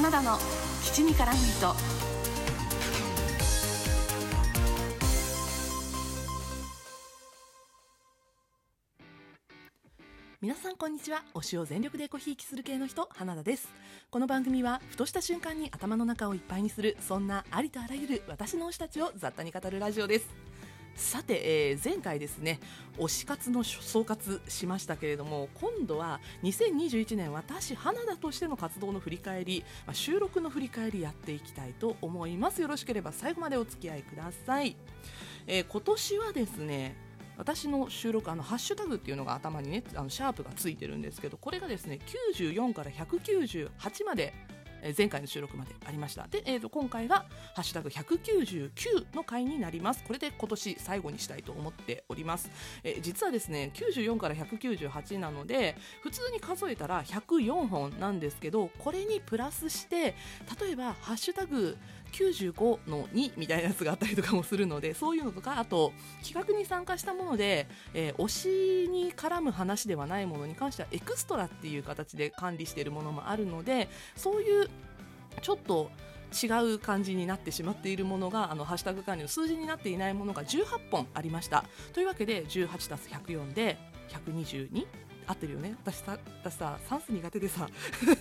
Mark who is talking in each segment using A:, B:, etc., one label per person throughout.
A: 花田の基地に絡む糸。皆さんこんにちは。推しを全力でごひいきする系の人、花田です。この番組はふとした瞬間に頭の中をいっぱいにする、そんなありとあらゆる私の推したちを雑多に語るラジオです。さて、前回ですね、推し活の総括しましたけれども、今度は2021年私花田としての活動の振り返り、収録の振り返りやっていきたいと思います。よろしければ最後までお付き合いください。今年はですね、私の収録ハッシュタグっていうのが頭にね、シャープがついてるんですけど、これがですね94から198まで前回の収録までありました。で、今回がハッシュタグ199の回になります。これで今年最後にしたいと思っております。実はですね94から198なので普通に数えたら104本なんですけど、これにプラスして例えばハッシュタグ95の2みたいなやつがあったりとかもするので、そういうのとか、あと企画に参加したもので、推しに絡む話ではないものに関してはエクストラっていう形で管理しているものもあるので、そういうちょっと違う感じになってしまっているものがハッシュタグ管理の数字になっていないものが18本ありました。というわけで 18+104 で122合ってるよね。私さ算数苦手でさ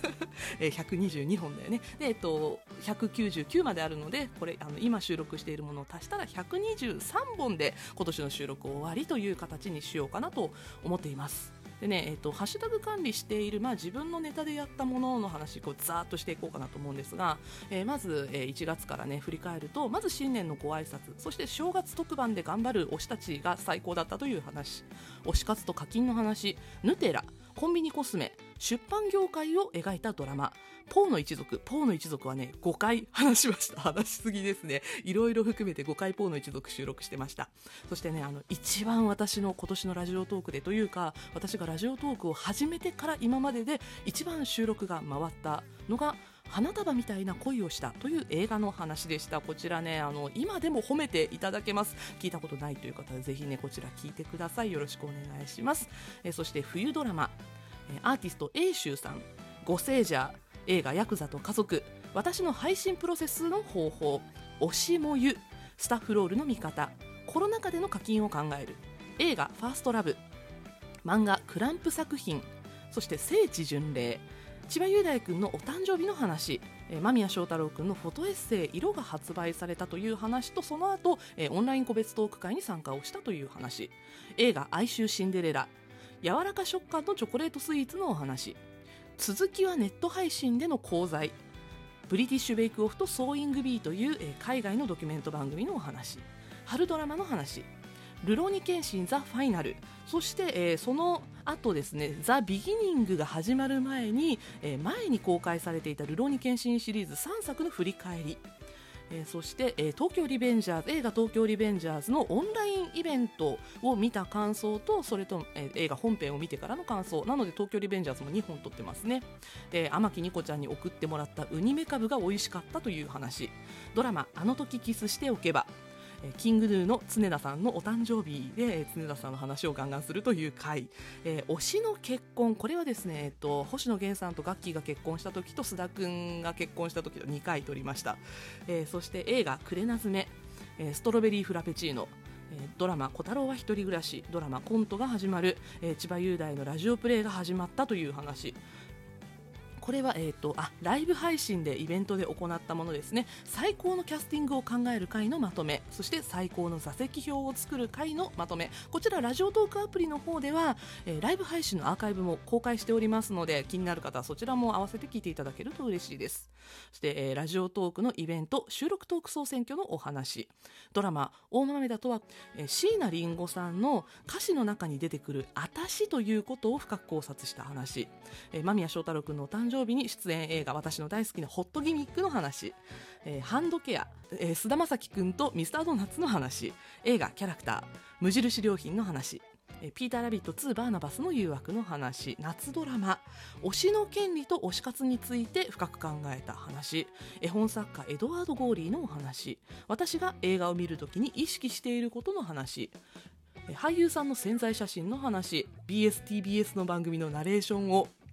A: 122本だよね。で、199まであるので、これ今収録しているものを足したら123本で今年の収録終わりという形にしようかなと思っています。でね、ハッシュタグ管理している、自分のネタでやったものの話をざーっとしていこうかなと思うんですが、まず、1月からね振り返ると、まず新年のご挨拶、そして正月特番で頑張る推したちが最高だったという話、推し活と課金の話、ヌテラ、コンビニコスメ、出版業界を描いたドラマ、ポーの一族はね5回話しました。話しすぎですね。いろいろ含めて5回ポーの一族収録してました。そしてね、一番私の今年のラジオトークでというか、私がラジオトークを始めてから今までで一番収録が回ったのが花束みたいな恋をしたという映画の話でした。こちらね、今でも褒めていただけます。聞いたことないという方はぜひねこちら聞いてください。よろしくお願いします。そして冬ドラマ、アーティスト A 州さん、ゴセージャー、映画ヤクザと家族、私の配信プロセスの方法、推しもゆ、スタッフロールの見方、コロナ禍での課金を考える、映画ファーストラブ、漫画クランプ作品、そして聖地巡礼、千葉雄大君のお誕生日の話、間宮祥太朗君のフォトエッセイ色が発売されたという話と、その後オンライン個別トーク会に参加をしたという話、映画哀愁シンデレラ、柔らか食感のチョコレートスイーツのお話、続きはネット配信での講座、ブリティッシュベイクオフとソーイングビーという海外のドキュメント番組のお話、春ドラマの話、ルローニケンシンザ・ファイナル、そして、その後ですね、ザ・ビギニングが始まる前に、前に公開されていたルローニケンシンシリーズ3作の振り返り、そして、東京リベンジャーズ、映画東京リベンジャーズのオンラインイベントを見た感想と、それと、映画本編を見てからの感想なので、東京リベンジャーズも2本撮ってますね。で、天木ニコちゃんに送ってもらったウニメカブが美味しかったという話、ドラマあの時キスしておけば、キングヌーの常田さんのお誕生日で常田さんの話をガンガンするという回、推しの結婚、これはですね、星野源さんとガッキーが結婚した時と須田くんが結婚した時と2回撮りました。そして映画クレナズメ、ストロベリーフラペチーノ、ドラマ小太郎は一人暮らし、ドラマコントが始まる、千葉雄大のラジオプレイが始まったという話、これは、ライブ配信でイベントで行ったものですね。最高のキャスティングを考える会のまとめ、そして最高の座席表を作る会のまとめ、こちらラジオトークアプリの方では、ライブ配信のアーカイブも公開しておりますので、気になる方はそちらも合わせて聞いていただけると嬉しいです。そして、ラジオトークのイベント、収録トーク総選挙のお話、ドラマ大豆田とは、椎名林檎さんの歌詞の中に出てくるあたしということを深く考察した話、間宮祥太朗君のお誕生日に出演、映画私の大好きなホットギミックの話、ハンドケア、菅田将暉君とミスタードーナツの話、映画キャラクター無印良品の話、ピーターラビット2バーナバスの誘惑の話、夏ドラマ推しの権利と推し活について深く考えた話、絵本作家エドワード・ゴーリーのお話、私が映画を見るときに意識していることの話、俳優さんの宣材写真の話、BSTBS の番組のナレーションを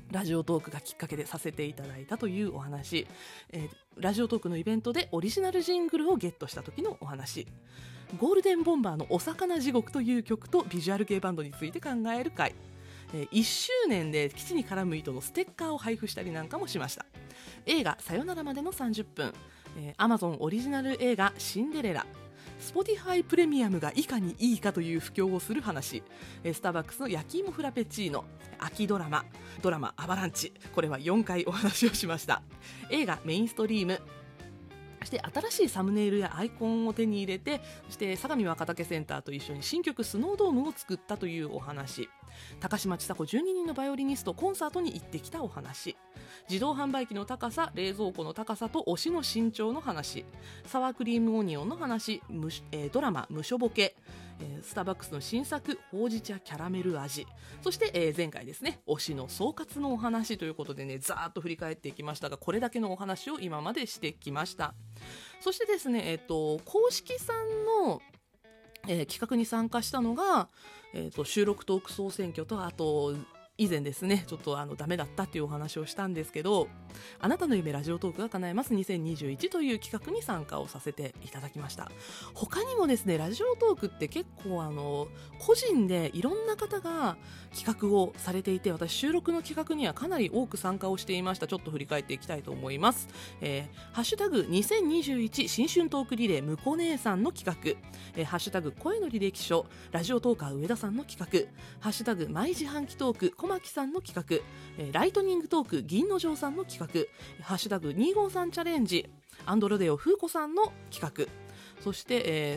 A: ラジオトークがきっかけでさせていただいたというお話、ラジオトークのイベントでオリジナルジングルをゲットした時のお話、ゴールデンボンバーのお魚地獄という曲とビジュアル系バンドについて考える会、1周年で基地に絡む糸のステッカーを配布したりなんかもしました。映画さよならまでの30分、Amazon オリジナル映画シンデレラ、Spotify プレミアムがいかにいいかという布教をする話、スターバックスの焼き芋フラペチーノ、秋ドラマアバランチ、これは4回お話をしました。映画メインストリーム、そして新しいサムネイルやアイコンを手に入れて、そして相模若竹センターと一緒に新曲スノードームを作ったというお話、高嶋ちさ子12人のバイオリニストコンサートに行ってきたお話、自動販売機の高さ、冷蔵庫の高さと推しの身長の話、サワークリームオニオンの話、ドラマ無所ボケ、スターバックスの新作ほうじ茶キャラメル味、そして、前回ですね、推しの総括のお話ということでね、ざーっと振り返っていきましたが、これだけのお話を今までしてきました。そしてですね、公式さんの企画に参加したのが、収録トーク総選挙と、あと以前ですね、ちょっとダメだったっていうお話をしたんですけど、あなたの夢ラジオトークが叶えます2021という企画に参加をさせていただきました。他にもですね、ラジオトークって結構個人でいろんな方が企画をされていて、私収録の企画にはかなり多く参加をしていました。ちょっと振り返っていきたいと思います。ハッシュタグ2021新春トークリレーむこ姉さんの企画、ハッシュタグ声の履歴書ラジオトーカー上田さんの企画、ハッシュタグ毎自販機トーク小牧さんの企画、ライトニングトーク銀の城さんの企画、ハッシュタグ253チャレンジアンドロデオ風子さんの企画、そして、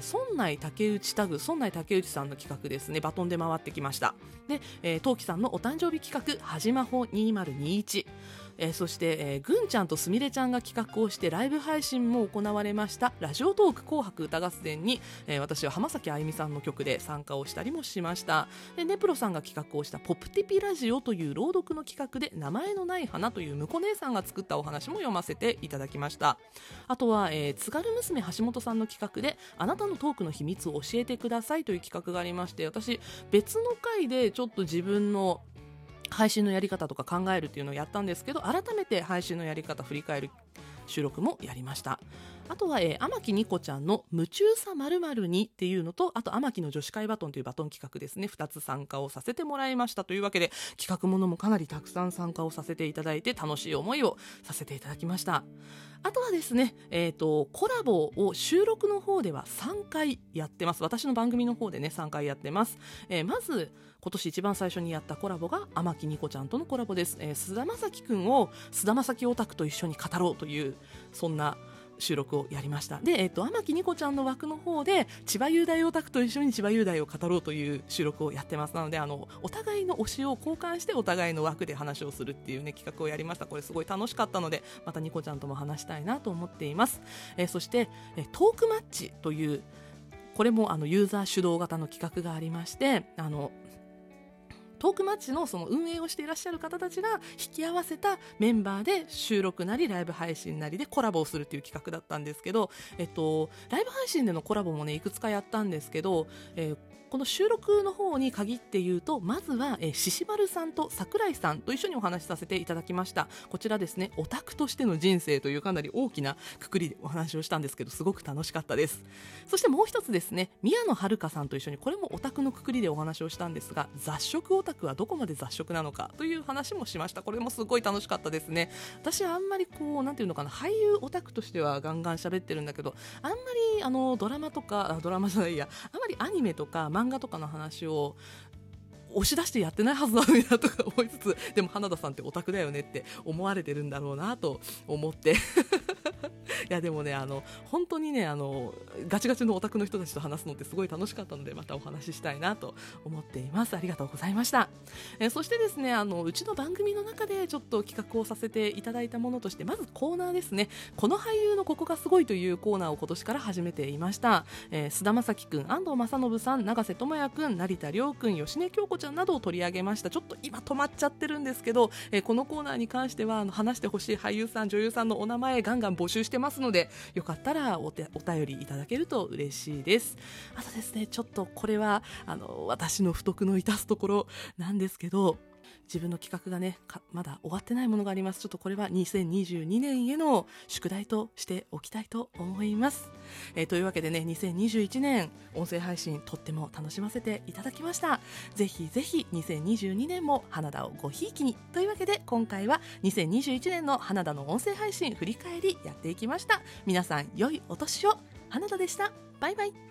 A: 村内竹内タグ村内竹内さんの企画ですね、バトンで回ってきました。で、陶器さんのお誕生日企画はじまほ2021、そして、ぐんちゃんとすみれちゃんが企画をしてライブ配信も行われましたラジオトーク紅白歌合戦に、私は浜崎あゆみさんの曲で参加をしたりもしました。でネプロさんが企画をしたポプティピラジオという朗読の企画で名前のない花というむこ姉さんが作ったお話も読ませていただきました。あとは、津軽娘橋本さんの企画であなたのトークの秘密を教えてくださいという企画がありまして、私別の回でちょっと自分の配信のやり方とか考えるっていうのをやったんですけど、改めて配信のやり方振り返る収録もやりました。あとは、天木ニコちゃんの夢中さ〇〇にっていうのと、あと天木の女子会バトンというバトン企画ですね、2つ参加をさせてもらいました。というわけで企画ものもかなりたくさん参加をさせていただいて、楽しい思いをさせていただきました。あとはですね、コラボを収録の方では3回やってます。私の番組の方でね3回やってます。まず今年一番最初にやったコラボが天木ニコちゃんとのコラボです。菅田将暉くんを菅田将暉オタクと一緒に語ろうという、そんな収録をやりました。で、天木ニコちゃんの枠の方で千葉雄大オタクと一緒に千葉雄大を語ろうという収録をやってます。なのでお互いの推しを交換してお互いの枠で話をするっていうね企画をやりました。これすごい楽しかったので、またニコちゃんとも話したいなと思っています。そしてトークマッチという、これもユーザー主導型の企画がありまして、トークマッチのその運営をしていらっしゃる方たちが引き合わせたメンバーで収録なりライブ配信なりでコラボをするっていう企画だったんですけど、ライブ配信でのコラボもねいくつかやったんですけど、この収録の方に限って言うと、まずは獅子丸さんと桜井さんと一緒にお話しさせていただきました。こちらですね、オタクとしての人生というかなり大きなくくりでお話をしたんですけど、すごく楽しかったです。そしてもう一つですね、宮野遥さんと一緒に、これもオタクのくくりでお話をしたんですが、雑食オタクはどこまで雑食なのかという話もしました。これもすごい楽しかったですね。私はあんまりなんていうのかな、俳優オタクとしてはガンガン喋ってるんだけど、あんまりドラマとかドラマじゃないや、あんまりアニメとか漫画とかの話を押し出してやってないはずなのになとか思いつつ、でも花田さんってオタクだよねって思われてるんだろうなと思っていやでもね、本当にねガチガチのオタクの人たちと話すのってすごい楽しかったので、またお話ししたいなと思っています。ありがとうございました。そしてですね、うちの番組の中でちょっと企画をさせていただいたものとして、まずコーナーですね。この俳優のここがすごいというコーナーを今年から始めていました。菅田将暉くん、安藤正信さん、永瀬智也くん、成田凌くん、芳根京子ちゃんなどを取り上げました。ちょっと今止まっちゃってるんですけど、このコーナーに関しては話してほしい俳優さん、女優さんのお名前ガンガン募集してますので、よかったらお便りいただけると嬉しいです。あとですね、ちょっとこれは私の不徳の致すところなんですけど、 自分の企画がねまだ終わってないものがあります。ちょっとこれは2022年への宿題としておきたいと思います。というわけでね、2021年音声配信とっても楽しませていただきました。ぜひぜひ2022年も花田をごひいきにというわけで、今回は2021年の花田の音声配信振り返りやっていきました。皆さん良いお年を。花田でした。バイバイ。